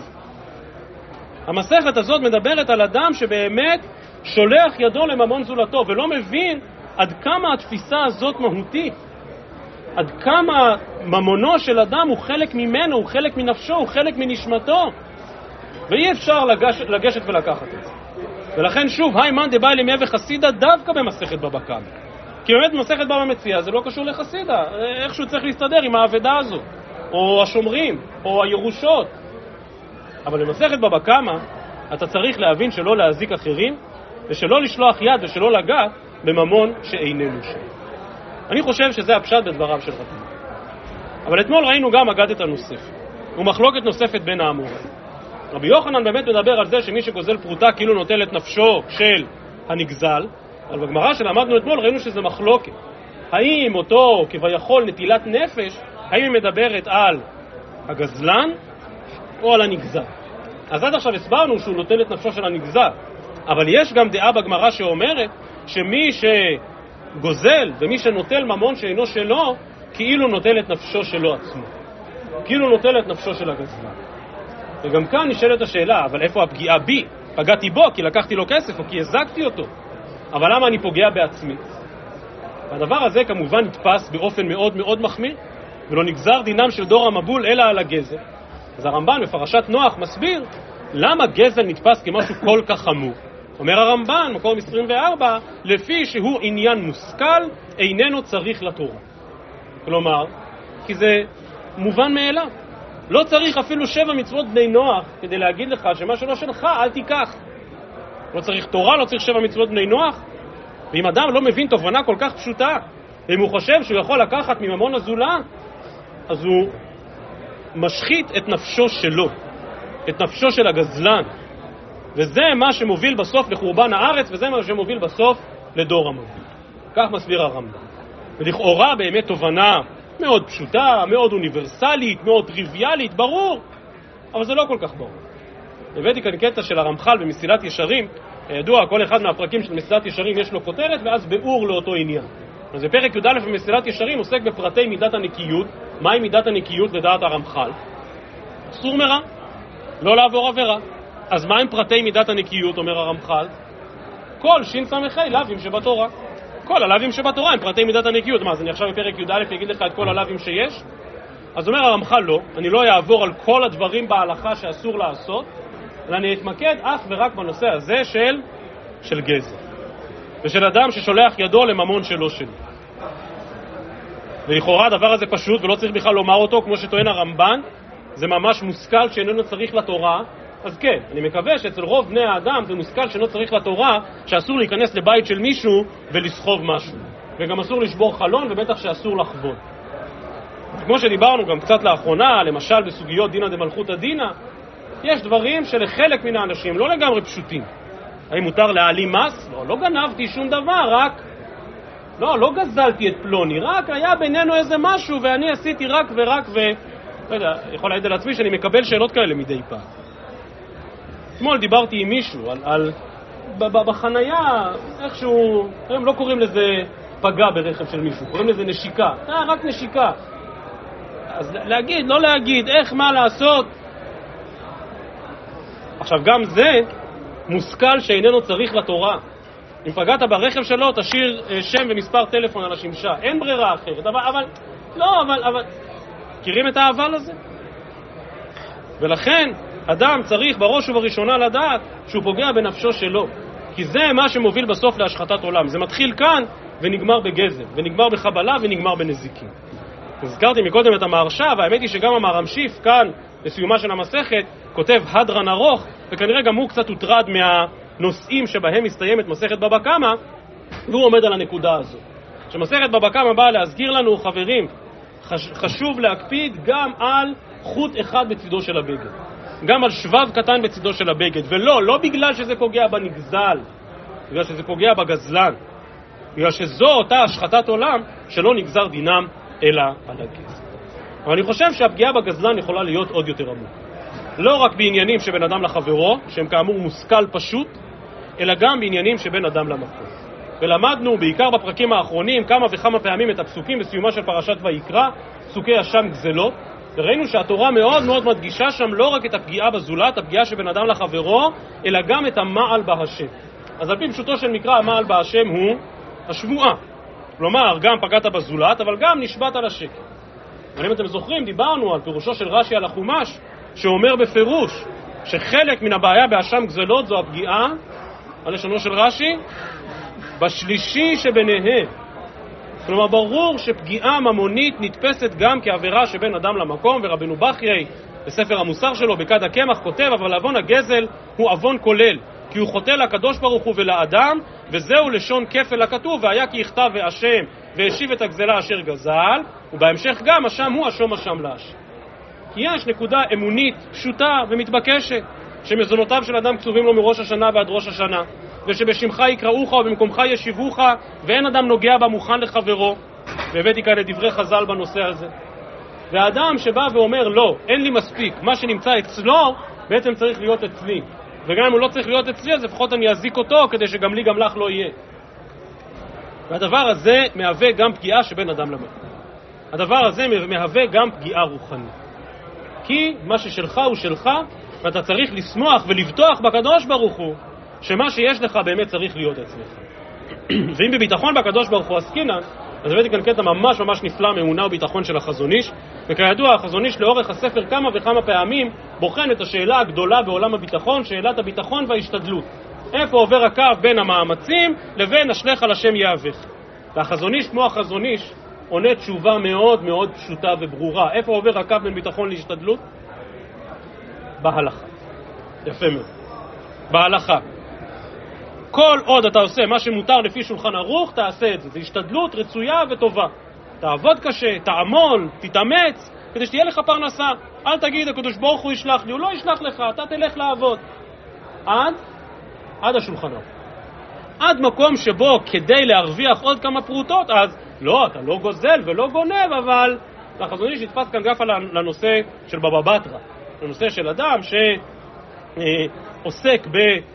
המסכת הזאת מדברת על אדם שבאמת שולח ידו לממון זולתו ולא מבין עד כמה התפיסה הזאת מהותית. עד כמה ממונו של אדם הוא חלק ממנו, הוא חלק מנפשו, הוא חלק מנשמתו. ואי אפשר לגשת ולקחת את זה. ולכן שוב, היי מאן דבעי למיה וחסידה דווקא במסכת בבא קמא. כי באמת במסכת בבא מציעא זה לא קשור לחסידה, איכשהו צריך להסתדר עם האבדה הזו, או השומרים, או הירושות. אבל במסכת בבא קמא אתה צריך להבין שלא להזיק אחרים, ושלא לשלוח יד ושלא לגעת בממון שאיננו שם. אני חושב שזה הפשט בדבריו של רבי. אבל אתמול ראינו גם אגדתא נוספת, ומחלוקת נוספת בין האמוראים. רבי יוחנן באמת מדבר על זה שמי שגוזל פרוטה כאילו נוטל את נפשו של הנגזל, אבל בגמרא שלמדנו אתמול ראינו שזה מחלוקת. האם אותו כביכול נטילת נפש, האם היא מדברת על הגזלן או על הנגזל? אז עד עכשיו הסברנו שהוא נוטל את נפשו של הנגזל, אבל יש גם דעה בגמרא שאומרת שמי שגוזל ומי שנוטל ממון שאינו שלו, כאילו נוטל את נפשו שלו עצמו, כאילו נוטל את נפשו של הגזלן. וגם כאן נשאלת השאלה, אבל איפה הפגיעה בי? פגעתי בו כי לקחתי לו כסף או כי הזקתי אותו, אבל למה אני פוגע בעצמי? והדבר הזה כמובן נתפס באופן מאוד מאוד מחמיר, ולא נגזר דינם של דור המבול אלא על הגזל. אז הרמב"ן בפרשת נוח מסביר למה גזל נתפס כמשהו כל כך חמור. אומר הרמב"ן, מקום 24, לפי שהוא עניין מושכל, איננו צריך לתורה. כלומר, כי זה מובן מאליו. לא צריך אפילו 7 מצוות בני נוח כדי להגיד לך שמה שלא שלך אל תיקח. לא צריך תורה, לא צריך 7 מצוות בני נוח. ואם אדם לא מבין תובנה כל כך פשוטה, ואם הוא חושב שהוא יכול לקחת מממון הזולה, אז הוא משחית את נפשו שלו, את נפשו של הגזלן. וזה מה שמוביל בסוף לחורבן הארץ, וזה מה שמוביל בסוף לדור המבול. כך מסביר הרמב"ם. ולכאורה באמת תובנה מאוד פשוטה, מאוד אוניברסלית, מאוד טריוויאלית, ברור, אבל זה לא כל כך ברור. הבאתי כאן קטע של הרמח"ל במסילת ישרים, ידוע, כל אחד מהפרקים של מסילת ישרים יש לו כותרת ואז ביאור לאותו עניין. אז בפרק י"א במסילת ישרים עוסק בפרטי מידת הנקיות. מהי מידת הנקיות לדעת הרמח"ל? אסור מרע, לא לעבור עבירה. אז מה הם פרטי מידת הנקיות, אומר הרמח"ל? כל ש"ס"ה לאווים שבתורה. כל הלאווים שבתורה הם פרטי מידת הנקיות. מה, אז אני עכשיו בפרק י"א אגיד לך את כל הלאווים שיש? אז אומר הרמח"ל לא, אני לא אעבור על כל הדברים בהלכה שאסור לעשות, אלא אני אתמקד אך ורק בנושא הזה של גזל. ושל אדם ששולח ידו לממון שלא שלו. ולכאורה הדבר הזה פשוט ולא צריך בכלל לומר אותו, כמו שטוען הרמב"ן, זה ממש מושכל שאיננו צריך לתורה. אז כן, אני מקווה שאצל רוב בני האדם זה מושכל שאיננו צריך לתורה, שאסור להיכנס לבית של מישהו ולסחוב משהו. וגם אסור לשבור חלון, ובטח שאסור לחבוד. כמו שדיברנו גם קצת לאחרונה, למשל בסוגיות דינא דמלכותא דינא, יש דברים שלחלק מן האנשים לא לגמרי פשוטים. האם מותר להעלים מס? לא גנבתי שום דבר, רק לא גזלתי את פלוני, רק היה בינינו איזה משהו ואני עשיתי רק לא יודע, יכול להעיד על עצמי שאני מקבל שאלות כאלה מדי פעם. אתמול דיברתי עם מישהו בחנייה, איכשהו, הם לא קוראים לזה פגע ברכב של מישהו, קוראים לזה נשיקה, רק נשיקה. אז להגיד, לא להגיד, איך, מה לעשות? עכשיו גם זה מושכל שאיננו צריך לתורה. אם פגעת ברכב שלו, תשאיר שם ומספר טלפון על השמשה. אין ברירה אחרת. אבל, מכירים את האבל הזה? ולכן, אדם צריך בראש ובראשונה לדעת שהוא פוגע בנפשו שלו. כי זה מה שמוביל בסוף להשחתת עולם. זה מתחיל כאן ונגמר בגזל, ונגמר בחבלה ונגמר בנזיקים. הזכרתי מקודם את המהרש"א, והאמת היא שגם המהר"משיף כאן, לסיומה של המסכת, כותב הדרן ארוך, וכנראה גם הוא קצת הוטרד מהנושאים שבהם מסתיימת מסכת בבא קמא, והוא עומד על הנקודה הזו. שמסכת בבא קמא באה להזכיר לנו, חברים, חשוב להקפיד גם על חוט אחד בצדו של הבגד. גם על שבב קטן בצדו של הבגד, ולא בגלל שזה פוגע בנגזל, בגלל שזה פוגע בגזלן, בגלל שזו אותה השחתת עולם שלא נגזר דינם אלא על הגזל. אבל אני חושב שהפגיעה בגזלן יכולה להיות עוד יותר עמוק. לא רק בעניינים שבין אדם לחברו, שהם כאמור מושכל פשוט, אלא גם בעניינים שבין אדם למקום. ולמדנו בעיקר בפרקים האחרונים כמה וכמה פעמים את הפסוקים בסיומה של פרשת ויקרא, פסוקי אשם גזלות, וראינו שהתורה מאוד מאוד מדגישה שם לא רק את הפגיעה בזולת, הפגיעה שבין אדם לחברו, אלא גם את המעל בהשם. אז על פי פשוטו של מקרא, המעל בהשם הוא השבועה. כלומר, גם פגעת בזולת, אבל גם נשבעת על השקר. אבל אם אתם זוכרים, דיברנו על פירושו של רש"י על החומש, שאומר בפירוש שחלק מן הבעיה באשם גזלות זו הפגיעה, על לשונו של רש"י, בשלישי שביניהם. כלומר, ברור שפגיעה ממונית נתפסת גם כעבירה שבין אדם למקום, ורבנו בחיי בספר המוסר שלו, בכד הקמח, כותב, אבל עוון הגזל הוא עוון כולל, כי הוא חוטא לקדוש ברוך הוא ולאדם, וזהו לשון כפל הכתוב, והיה כי יכתב והשם, והשיב את הגזלה אשר גזל, ובהמשך גם השם הוא השום השם להשם. כי יש נקודה אמונית פשוטה ומתבקשת, שמזונותיו של אדם כתובים לו מראש השנה ועד ראש השנה, ושבשמך יקראוך ובמקומך ישיבוך, ואין אדם נוגע בה מוכן לחברו. והבאתי כאן את דברי חז"ל בנושא הזה. והאדם שבא ואומר לא, אין לי מספיק, מה שנמצא אצלו בעצם צריך להיות אצלי, וגם אם הוא לא צריך להיות אצלי, אז לפחות אני אזיק אותו כדי שגם לי גם לך לא יהיה. והדבר הזה מהווה גם פגיעה שבין אדם למקום. הדבר הזה מהווה גם פגיעה רוחנית, כי מה ששלך הוא שלך, ואתה צריך לשמוח ולבטוח בקדוש ברוך הוא שמה שיש לך באמת צריך להיות אצלך. ואם בביטחון בקדוש ברוך הוא עסקינן, אז הבאתי כאן קטע ממש ממש נפלא מאמונה וביטחון של החזון איש. וכידוע, החזון איש לאורך הספר כמה וכמה פעמים בוחן את השאלה הגדולה בעולם הביטחון, שאלת הביטחון וההשתדלות. איפה עובר הקו בין המאמצים לבין השלך על השם יאבך. והחזון איש, כמו החזון איש, עונה תשובה מאוד מאוד פשוטה וברורה. איפה עובר הקו בין ביטחון להשתדלות? בהלכה. יפה מאוד. בהלכה. כל עוד אתה עושה מה שמותר לפי שולחן ערוך, תעשה את זה. זה השתדלות רצויה וטובה. תעבוד קשה, תעמול, תתאמץ, כדי שתהיה לך פרנסה. אל תגיד, הקדוש ברוך הוא ישלח לי, הוא לא ישלח לך, אתה תלך לעבוד. עד השולחן ערוך. עד מקום שבו כדי להרוויח עוד כמה פרוטות, אז לא, אתה לא גוזל ולא גונב, אבל החזון איש יתפס כאן גפה לנושא של בבא בתרא, לנושא של אדם שעוסק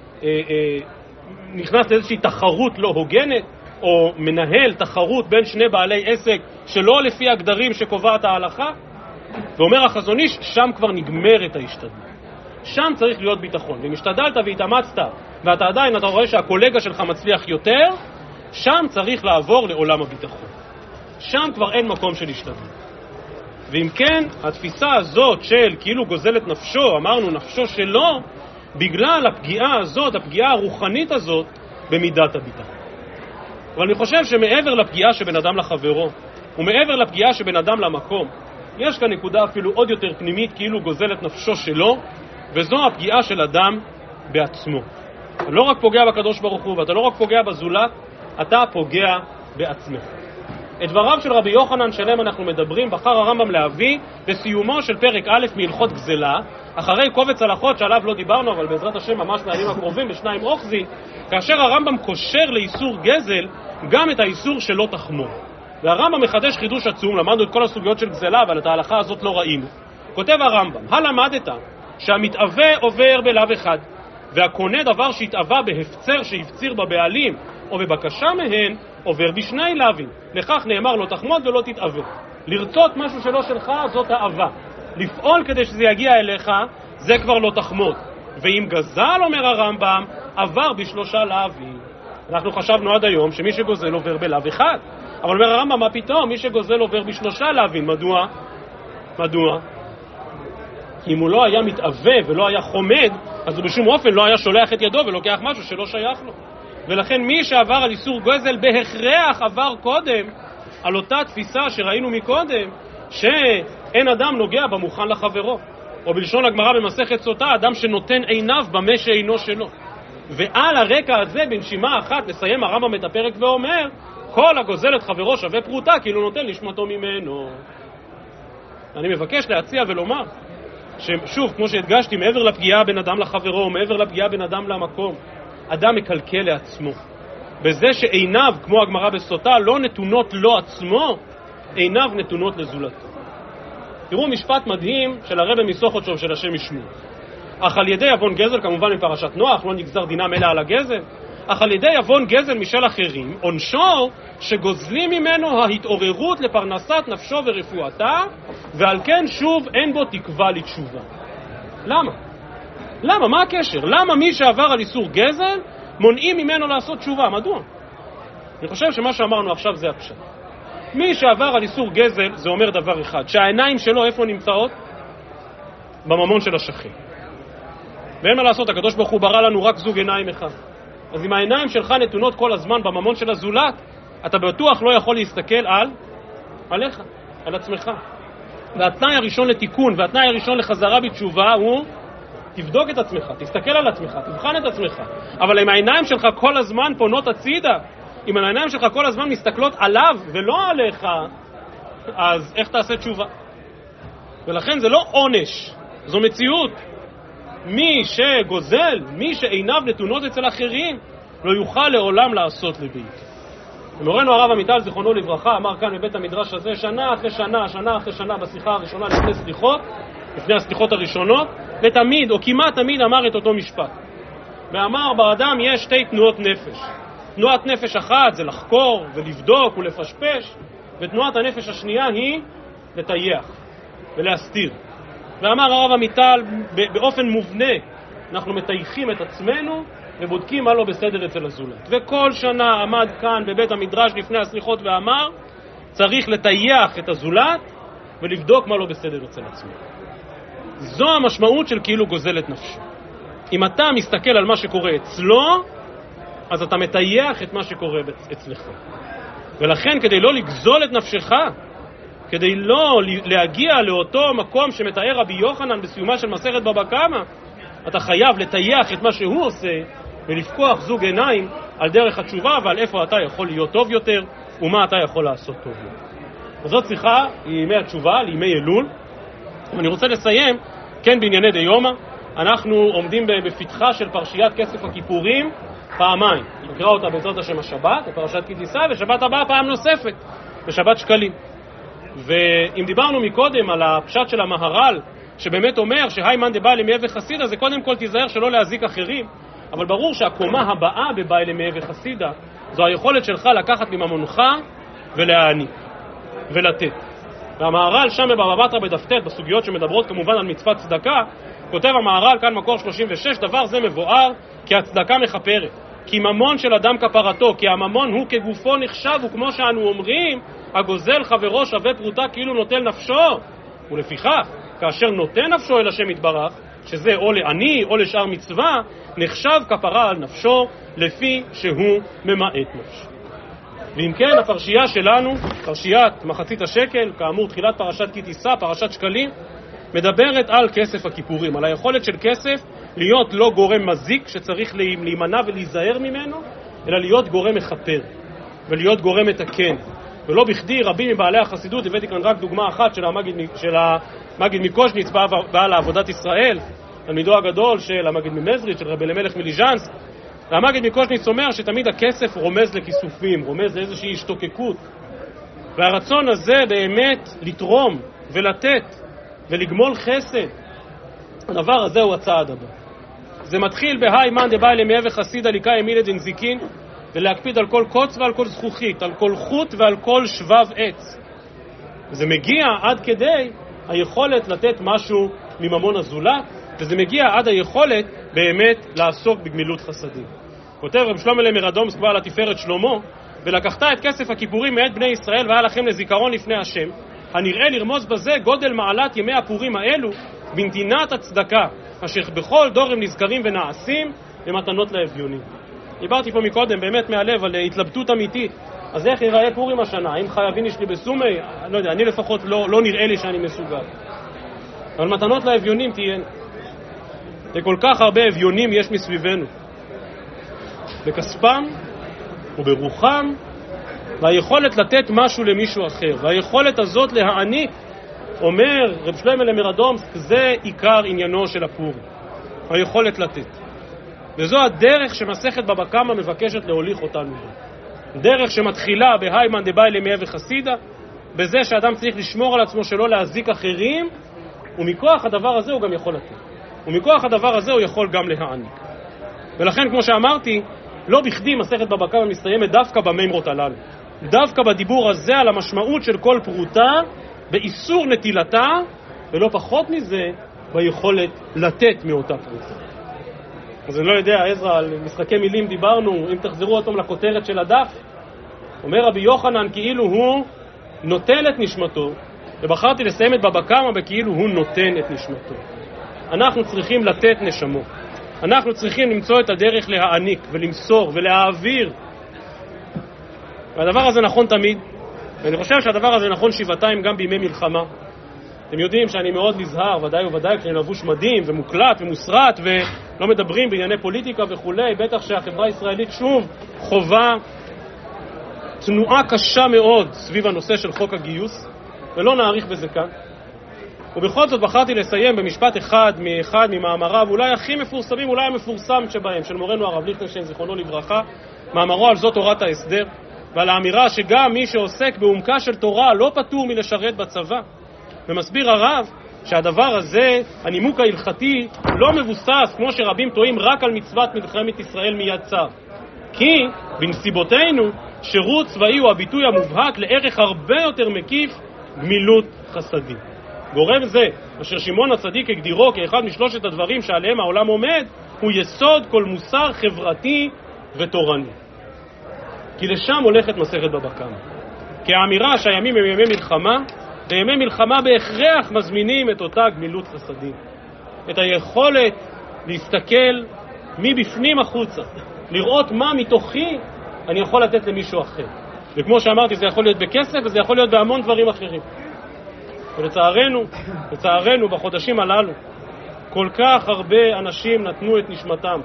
נכנס לאיזושהי תחרות לא הוגנת, או מנהל תחרות בין שני בעלי עסק שלא לפי הגדרים שקובעת ההלכה, ואומר החזון איש, שם כבר נגמרת ההשתדלות. שם צריך להיות ביטחון. ואם השתדלת והתאמצת, ואתה עדיין, אתה רואה שהקולגה שלך מצליח יותר, שם צריך לעבור לעולם הביטחון. שם כבר אין מקום של השתדלות. ואם כן, התפיסה הזאת של כאילו גוזלת נפשו, אמרנו נפשו שלו, בגלל הפגיעה הזאת, הפגיעה הרוחנית הזאת, במידת הביטחון. אבל אני חושב שמעבר לפגיעה שבין אדם לחברו, ומעבר לפגיעה שבין אדם למקום, יש כאן נקודה אפילו עוד יותר פנימית, כאילו גוזלת נפשו שלו, וזו הפגיעה של אדם בעצמו. אתה לא רק פוגע בקדוש ברוך הוא, ואתה לא רק פוגע בזולת, אתה פוגע בעצמך. את דבריו של רבי יוחנן שלם אנחנו מדברים, בחר הרמב"ם להביא בסיומו של פרק א' מהלכות גזלה, אחרי קובץ הלכות שעליו לא דיברנו, אבל בעזרת השם ממש בימים הקרובים בשניים אוחזי, כאשר הרמב"ם קושר לאיסור גזל גם את האיסור שלא תחמור. והרמב"ם מחדש חידוש עצום, למדנו את כל הסוגיות של גזלה, אבל את ההלכה הזאת לא ראינו. כותב הרמב"ם, הלמדת שהמתאווה עובר בלאו אחד, והקונה דבר שהתאווה בהפצר שהפציר בבעלים או בבקשה מהן, עובר בשני לאווים. לכך נאמר לא תחמוד ולא תתאווה. לרצות משהו שלא שלך זאת האווה. לפעול כדי שזה יגיע אליך זה כבר לא תחמוד. ואם גזל, אומר הרמב"ם, עבר בשלושה לאווים. אנחנו חשבנו עד היום שמי שגוזל עובר בלאו אחד. אבל אומר הרמב"ם, מה פתאום? מי שגוזל עובר בשלושה לאווים. מדוע? מדוע? כי אם הוא לא היה מתאווה ולא היה חומד, אז הוא בשום אופן לא היה שולח את ידו ולוקח משהו שלא שייך לו. ולכן מי שעבר על איסור גזל בהכרח עבר קודם על אותה תפיסה שראינו מקודם, שאין אדם נוגע במוכן לחברו, או בלשון הגמרא במסכת סוטה, אדם שנותן עיניו במה שאינו שלו. ועל הרקע הזה בנשימה אחת נסיים הרמב"ם את הפרק ואומר, כל הגוזל את חברו שווה פרוטה כאילו נותן לשמתו ממנו. אני מבקש להציע ולומר ששוב, כמו שהדגשתי, מעבר לפגיעה בין אדם לחברו, מעבר לפגיעה בין אדם למקום, אדם מקלקל לעצמו. בזה שעיניו, כמו הגמרא בסוטה, לא נתונות לו עצמו, עיניו נתונות לזולתו. תראו משפט מדהים של הרבי מסוכותשוב של השם ישמעו. אך על ידי עוון גזל, כמובן מפרשת נוח, לא נגזר דינם אלא על הגזל, אך על ידי עוון גזל משל אחרים, עונשו שגוזלים ממנו ההתעוררות לפרנסת נפשו ורפואתה, ועל כן שוב אין בו תקווה לתשובה. למה? למה? מה הקשר? למה מי שעבר על איסור גזל מונעים ממנו לעשות תשובה? מדוע? אני חושב שמה שאמרנו עכשיו זה הפשט. מי שעבר על איסור גזל זה אומר דבר אחד, שהעיניים שלו איפה נמצאות? בממון של השכן. ואין מה לעשות, הקדוש ברוך הוא ברא לנו רק זוג עיניים אחד. אז אם העיניים שלך נתונות כל הזמן בממון של הזולת, אתה בטוח לא יכול להסתכל עליך, על עצמך. והתנאי הראשון לתיקון והתנאי הראשון לחזרה בתשובה הוא תבדוק את עצמך, תסתכל על עצמך, תבחן את עצמך. אבל אם העיניים שלך כל הזמן פונות הצידה, אם העיניים שלך כל הזמן מסתכלות עליו ולא עליך, אז איך תעשה תשובה? ולכן זה לא עונש, זו מציאות. מי שגוזל, מי שעיניו נתונות אצל אחרים, לא יוכל לעולם לעשות לביתו. ומורנו הרב עמיטל זיכרונו לברכה אמר כאן בבית המדרש הזה, שנה אחרי שנה, שנה אחרי שנה בשיחה הראשונה לפני סליחות, לפני הסליחות הראשונות, ותמיד או כמעט תמיד אמר את אותו משפט. ואמר, באדם יש שתי תנועות נפש. תנועת נפש אחת זה לחקור ולבדוק ולפשפש, ותנועת הנפש השנייה היא לטייח ולהסתיר. ואמר הרב עמיטל, באופן מובנה אנחנו מטייחים את עצמנו ובודקים מה לא בסדר אצל הזולת. וכל שנה עמד כאן בבית המדרש לפני הסליחות ואמר, צריך לטייח את הזולת ולבדוק מה לא בסדר אצל עצמו. זו המשמעות של כאילו גוזל את נפשו. אם אתה מסתכל על מה שקורה אצלו, אז אתה מטייח את מה שקורה אצלך. ולכן כדי לא לגזול את נפשך, כדי לא להגיע לאותו מקום שמתאר רבי יוחנן בסיומה של מסכת בבא קמא, אתה חייב לטייח את מה שהוא עושה ולפקוח זוג עיניים על דרך התשובה ועל איפה אתה יכול להיות טוב יותר ומה אתה יכול לעשות טוב יותר. אז זאת שיחה לימי התשובה, לימי אלול. ואני רוצה לסיים, כן, בענייני דיומא. אנחנו עומדים בפתחה של פרשיית כסף הכיפורים, פעמיים. נקרא אותה בעזרת השם השבת, בפרשת כי תישא, ושבת הבאה פעם נוספת, בשבת שקלים. ואם דיברנו מקודם על הפשט של המהר"ל, שבאמת אומר שהי מאן דבעי למיה וחסידה, זה קודם כל תיזהר שלא להזיק אחרים, אבל ברור שהקומה הבאה בבעי למיה וחסידה, זו היכולת שלך לקחת מממונך ולהעניק ולתת. והמהר"ל שם בבבא בתרא בדף ט' בסוגיות שמדברות כמובן על מצוות צדקה, כותב המהר"ל כאן מקור 36, דבר זה מבואר כי הצדקה מכפרת, כי ממון של אדם כפרתו, כי הממון הוא כגופו נחשב, וכמו שאנו אומרים, הגוזל חברו שווה פרוטה כאילו נוטל נפשו. ולפיכך, כאשר נותן נפשו אל השם יתברך, שזה או לעני או לשאר מצווה, נחשב כפרה על נפשו לפי שהוא ממעט נפשו. ואם כן, הפרשייה שלנו, פרשיית מחצית השקל, כאמור תחילת פרשת כי תישא, פרשת שקלים, מדברת על כסף הכיפורים, על היכולת של כסף להיות לא גורם מזיק שצריך להימנע ולהיזהר ממנו, אלא להיות גורם מחפר ולהיות גורם מתקן. ולא בכדי רבים מבעלי החסידות, הבאתי כאן רק דוגמה אחת של המגיד מקושניץ, בעל עבודת ישראל, תלמידו הגדול של המגיד ממזריץ', של רבי אלימלך מליז'נסק. והמגיד מקושניץ אומר שתמיד הכסף רומז לכיסופים, רומז לאיזושהי השתוקקות. והרצון הזה באמת לתרום ולתת ולגמול חסד, הדבר הזה הוא הצעד הבא. זה מתחיל בהי מאן דבעי למיה וחסידה ליקאי מילא דנזיקין, ולהקפיד על כל קוץ ועל כל זכוכית, על כל חוט ועל כל שבב עץ. זה מגיע עד כדי היכולת לתת משהו מממון הזולת, וזה מגיע עד היכולת באמת לעסוק בגמילות חסדים. כותב רב שלמה למרדומסק בעל התפארת שלמה, ולקחת את כסף הכיפורים מאת בני ישראל והיה לכם לזיכרון לפני השם, הנראה לרמוז בזה גודל מעלת ימי הפורים האלו בנתינת הצדקה, אשר בכל דור הם נזכרים ונעשים למתנות לאביונים. דיברתי פה מקודם באמת מהלב על התלבטות אמיתית, אז איך ייראה פורים השנה? האם חייבים יש לי בסומי? לא יודע, אני לפחות לא נראה לי שאני מסוגל. אבל מתנות לאביונים תהיינה. וכל כך הרבה אביונים יש מסביבנו, בכספם וברוחם, והיכולת לתת משהו למישהו אחר, והיכולת הזאת להעניק, אומר רב שלמה למרדומסק, זה עיקר עניינו של הפורים, היכולת לתת. וזו הדרך שמסכת בבא קמא מבקשת להוליך אותנו בה. דרך שמתחילה בהי מאן דבעי למיה וחסידה, בזה שאדם צריך לשמור על עצמו שלא להזיק אחרים, ומכוח הדבר הזה הוא גם יכול לתת. ומכוח הדבר הזה הוא יכול גם להעניק. ולכן, כמו שאמרתי, לא בכדי מסכת בבא קמא מסתיימת דווקא במימרות הללו. דווקא בדיבור הזה על המשמעות של כל פרוטה, באיסור נטילתה, ולא פחות מזה, ביכולת לתת מאותה פרוטה. אז אני לא יודע, עזרא, על משחקי מילים דיברנו, אם תחזרו אותם לכותרת של הדף, אומר רבי יוחנן כאילו הוא נוטל את נשמתו, ובחרתי לסיים את בבא קמא בכאילו הוא נותן את נשמתו. אנחנו צריכים לתת נשמות. אנחנו צריכים למצוא את הדרך להעניק ולמסור ולהעביר. והדבר הזה נכון תמיד, ואני חושב שהדבר הזה נכון שבעתיים גם בימי מלחמה. אתם יודעים שאני מאוד נזהר, ודאי וודאי, כשאני לבוש מדים ומוקלט ומוסרט ולא מדברים בענייני פוליטיקה וכולי, בטח שהחברה הישראלית שוב חובה תנועה קשה מאוד סביב הנושא של חוק הגיוס, ולא נאריך בזה כאן. ובכל זאת בחרתי לסיים במשפט אחד ממאמריו, אולי הכי מפורסמים, אולי המפורסם שבהם, של מורנו הרב ליכטנשטיין, זיכרונו לברכה, מאמרו על זאת תורת ההסדר, ועל האמירה שגם מי שעוסק בעומקה של תורה לא פטור מלשרת בצבא. ומסביר הרב שהדבר הזה, הנימוק ההלכתי, לא מבוסס, כמו שרבים טועים, רק על מצוות מלחמת ישראל מיד צר. כי בנסיבותינו, שירות צבאי הוא הביטוי המובהק לערך הרבה יותר מקיף, גמילות חסדים. גורם זה, אשר שמעון הצדיק הגדירו כאחד משלושת הדברים שעליהם העולם עומד, הוא יסוד כל מוסר חברתי ותורני. כי לשם הולכת מסכת בבא קמא. כי האמירה שהימים הם ימי מלחמה, וימי מלחמה בהכרח מזמינים את אותה גמילות חסדים. את היכולת להסתכל מבפנים החוצה, לראות מה מתוכי אני יכול לתת למישהו אחר. וכמו שאמרתי, זה יכול להיות בכסף וזה יכול להיות בהמון דברים אחרים. ולצערנו בחודשים הללו, כל כך הרבה אנשים נתנו את נשמתם,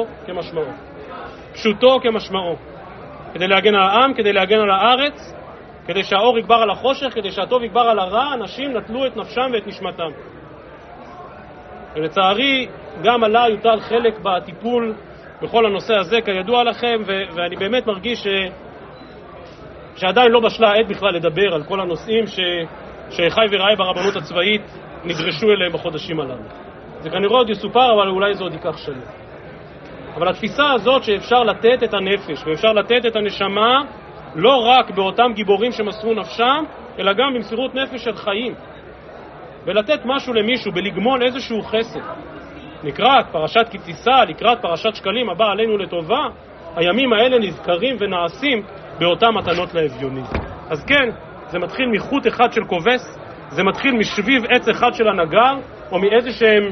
פשוטו כמשמעו, כדי להגן על העם, כדי להגן על הארץ, כדי שהאור יגבר על החושך, כדי שהטוב יגבר על הרע, אנשים נטלו את נפשם ואת נשמתם. ולצערי, גם עליי יוטל חלק בטיפול בכל הנושא הזה, כידוע לכם, ואני באמת מרגיש שעדיין לא בשלה העת בכלל לדבר על כל הנושאים שחי ורעי ברבנות הצבאית נדרשו אליהם בחודשים הללו. זה כנראה עוד יסופר, אבל אולי זה עוד ייקח שנים. אבל התפיסה הזאת שאפשר לתת את הנפש ואפשר לתת את הנשמה לא רק באותם גיבורים שמסרו נפשם, אלא גם במסירות נפש של חיים. ולתת משהו למישהו, בלגמול איזשהו חסד. לקראת פרשת כי תישא, לקראת פרשת שקלים הבא עלינו לטובה, הימים האלה נזכרים ונעשים באותם מתנות לאביונים. אז כן, זה מתחיל מחוט אחד של כובס, זה מתחיל משביב עץ אחד של הנגר, או מאיזה שהם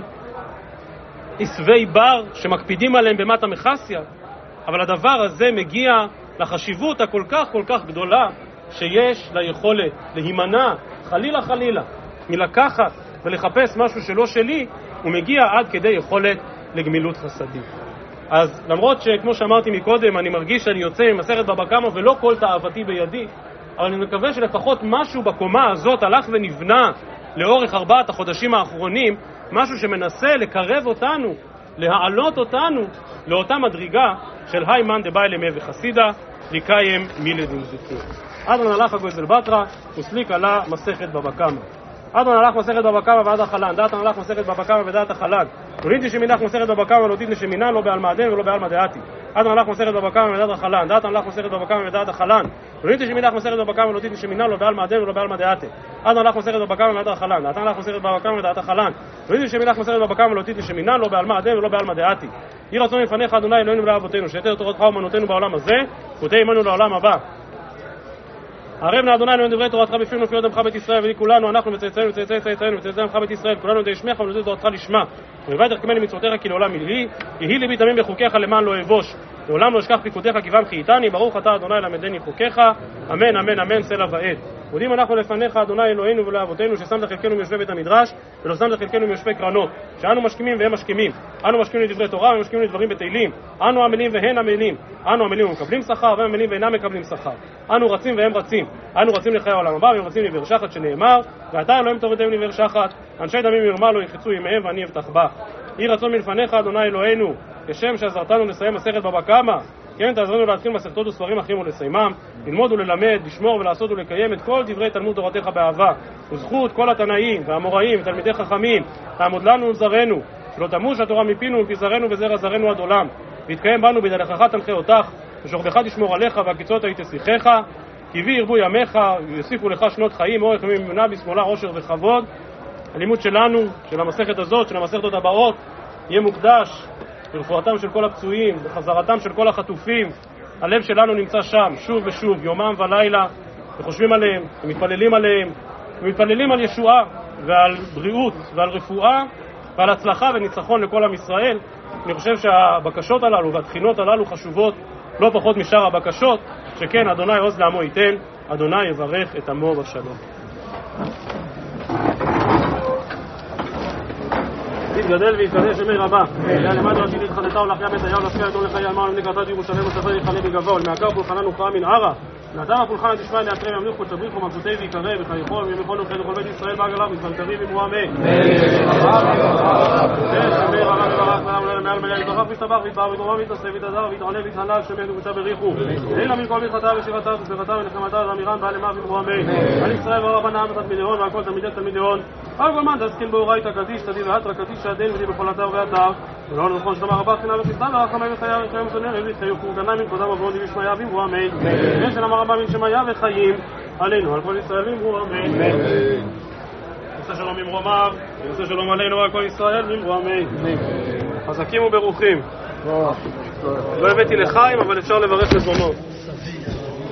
עשבי בר שמקפידים עליהם במטה מחסיה. אבל הדבר הזה מגיע לחשיבות הכל כך גדולה שיש ליכולת להימנע חלילה מלקחת ולחפש משהו שלא שלי, הוא מגיע עד כדי יכולת לגמילות חסדים. אז למרות שכמו שאמרתי מקודם, אני מרגיש שאני יוצא ממסכת בבא קמא ולא כל תאוותי בידי, אבל אני מקווה שלפחות משהו בקומה הזאת הלך ונבנה לאורך 4 החודשים האחרונים, משהו שמנסה לקרב אותנו, להעלות אותנו לאותה מדרגה של היימן דבאי למי וחסידה לקיים מילדים זכור. אדרן הלך הגוזל בתרא וסליק עלה מסכת בבא קמא. אדרן הלך מסכת בבא קמא ועד החלן, דעתן הלך מסכת בבא קמא ודעת החלן. נוליד שמינך מסכת בבא קמא ולא תיתן שמינן, לא בעלמא דין ולא בעלמא דעתי. אדרן הלך מסכת בבא קמא ודעת החלן, דעתן הלך מסכת בבא קמא ודעת החלן. נוליד שמינך מסכת בבא קמא ולא תיתן שמינן, לא בעלמא דין ולא בעלמא דעתי. אדרן הלך מסכת בבא קמא ודעת החלן, דעתן הלך מסכת בבא קמא ודעת החלן. נוליד שמינך מסכת בבא קמא ולא תיתן שמינן, לא בעלמא דין ולא בעלמא דעתי. יהי רצון לפניך אדוני אלוהינו ולאבותינו, שתר תורתך ומנותינו בעולם הזה, ותהי עמנו לעולם הבא. ערב נא אדוני אלוהינו דברי תורתך בפינו ובפי אוזנך בית ישראל, ולי כולנו אנחנו וצאצאינו וצאצאינו וצאצאי עמך בית ישראל, כולנו נדע שמך ונדע תורתך לשמה, ולבד תחכמני מצוותיך כי לעולם יהי ליבי תמים בחוקיך למען לא אבוש, לעולם לא אשכח פיקודיך כי בם חייתני, ברוך אתה אדוני למדני חוקיך, אמן אמן אמן סלע ועד. מודים אנחנו לפניך אדוני אלוהינו ולאבותינו ששמת חלקנו מיושבי בית המדרש ולא שמת חלקנו מיושבי קרנות, שאנו משכימים והם משכימים, אנו משכימים לדברי תורה והם משכימים לדברים בתהילים, אנו עמלים והן עמלים, אנו עמלים ומקבלים שכר והם עמלים ואינם מקבלים שכר, אנו רצים והם רצים, אנו רצים לחיי העולם הבא והם רצים לבאר שחת שנאמר ואתה אלוהים תורתם לבאר שחת, אנשי דמים מרמה לא יחצו ימיהם ואני אבטח בה. יהי רצון מלפניך אדוני אלוהינו כשם שעזרתנו לסיים מסכת בבא קמא, כן תעזרנו להתחיל מסכתות וספרים אחרים ולסיימם, ללמוד וללמד, לשמור ולעשות ולקיים את כל דברי תלמוד תורתך באהבה, וזכות כל התנאים והאמוראים ותלמידי חכמים, תעמוד לנו ולזרענו, שלא תמוש התורה מפינו ומפי זרענו וזרע זרענו עד עולם, ויתקיים בנו בדרכך תנחה אותך, ושוכבך תשמור עליך והקיצות היית תשיחך, כי בי ירבו ימיך, ויוסיפו לך שנות חיים, אורך ימים ממנה בשמאלה עושר וכבוד. הלימוד שלנו, של המסכת הזאת, של המסכתות הבאות, יהיה מוקדש לרפואתם של כל הפצועים, בחזרתם של כל החטופים. הלב שלנו נמצא שם, שוב ושוב, יומם ולילה, וחושבים עליהם, ומתפללים עליהם, ומתפללים על ישועה, ועל בריאות, ועל רפואה, ועל הצלחה וניצחון לכל עם ישראל. אני חושב שהבקשות הללו והתחינות הללו חשובות לא פחות משאר הבקשות, שכן אדוני עוז לעמו ייתן, אדוני יברך את עמו בשלום. יתגדל ויתקדש שמי רבה, למד ראשית התחדתה ולחיה בית היו להשקיע יתון לחיי אלמר למניקת ירושלים וספר יחלה בגבוה ולמעקר פולחנן ופרעה מנערה נעתר הפולחן תשמע לאתרי ימליך כל שבריך ומבשותי ויקרא וחייכול וימכון ובחד וכל בית ישראל בעגליו וזבנתרי במרו אמן שמי רבה מברך מעל מלאה יתברך ויסתבח ויתברך ותרומה ויתעשה ויתעזר ויתעלה ויתעלה שמי דבושה בריחו אלא מן כל ברכתה ושירתה וספרתה ונחמתה ואמירן בעל אמר במרו אמן על ישראל ורבנה עמת תלמידיון ועל כל תלמידי תלמידיון על כל מן תזכין באורייתא קדיש תדי והתרא קדיש שעדן ודי בכל אתר ואתר ולא נזכון שתאמר רבה חנה וחסדה ורחמי וחיה וחיים וסונר רביץ חיוך וגנה מן קודם עברוני ושמיה במרו אמן ושנאמר רבה מן שמיה וחיים עלינו על כל ישראל במרו אמן עושה שלום במרו אמר ועושה שלום עלינו על כל ישראל במרו אמן חזקים וברוכים לא הבאתי לחיים אבל אפשר לברך מזונות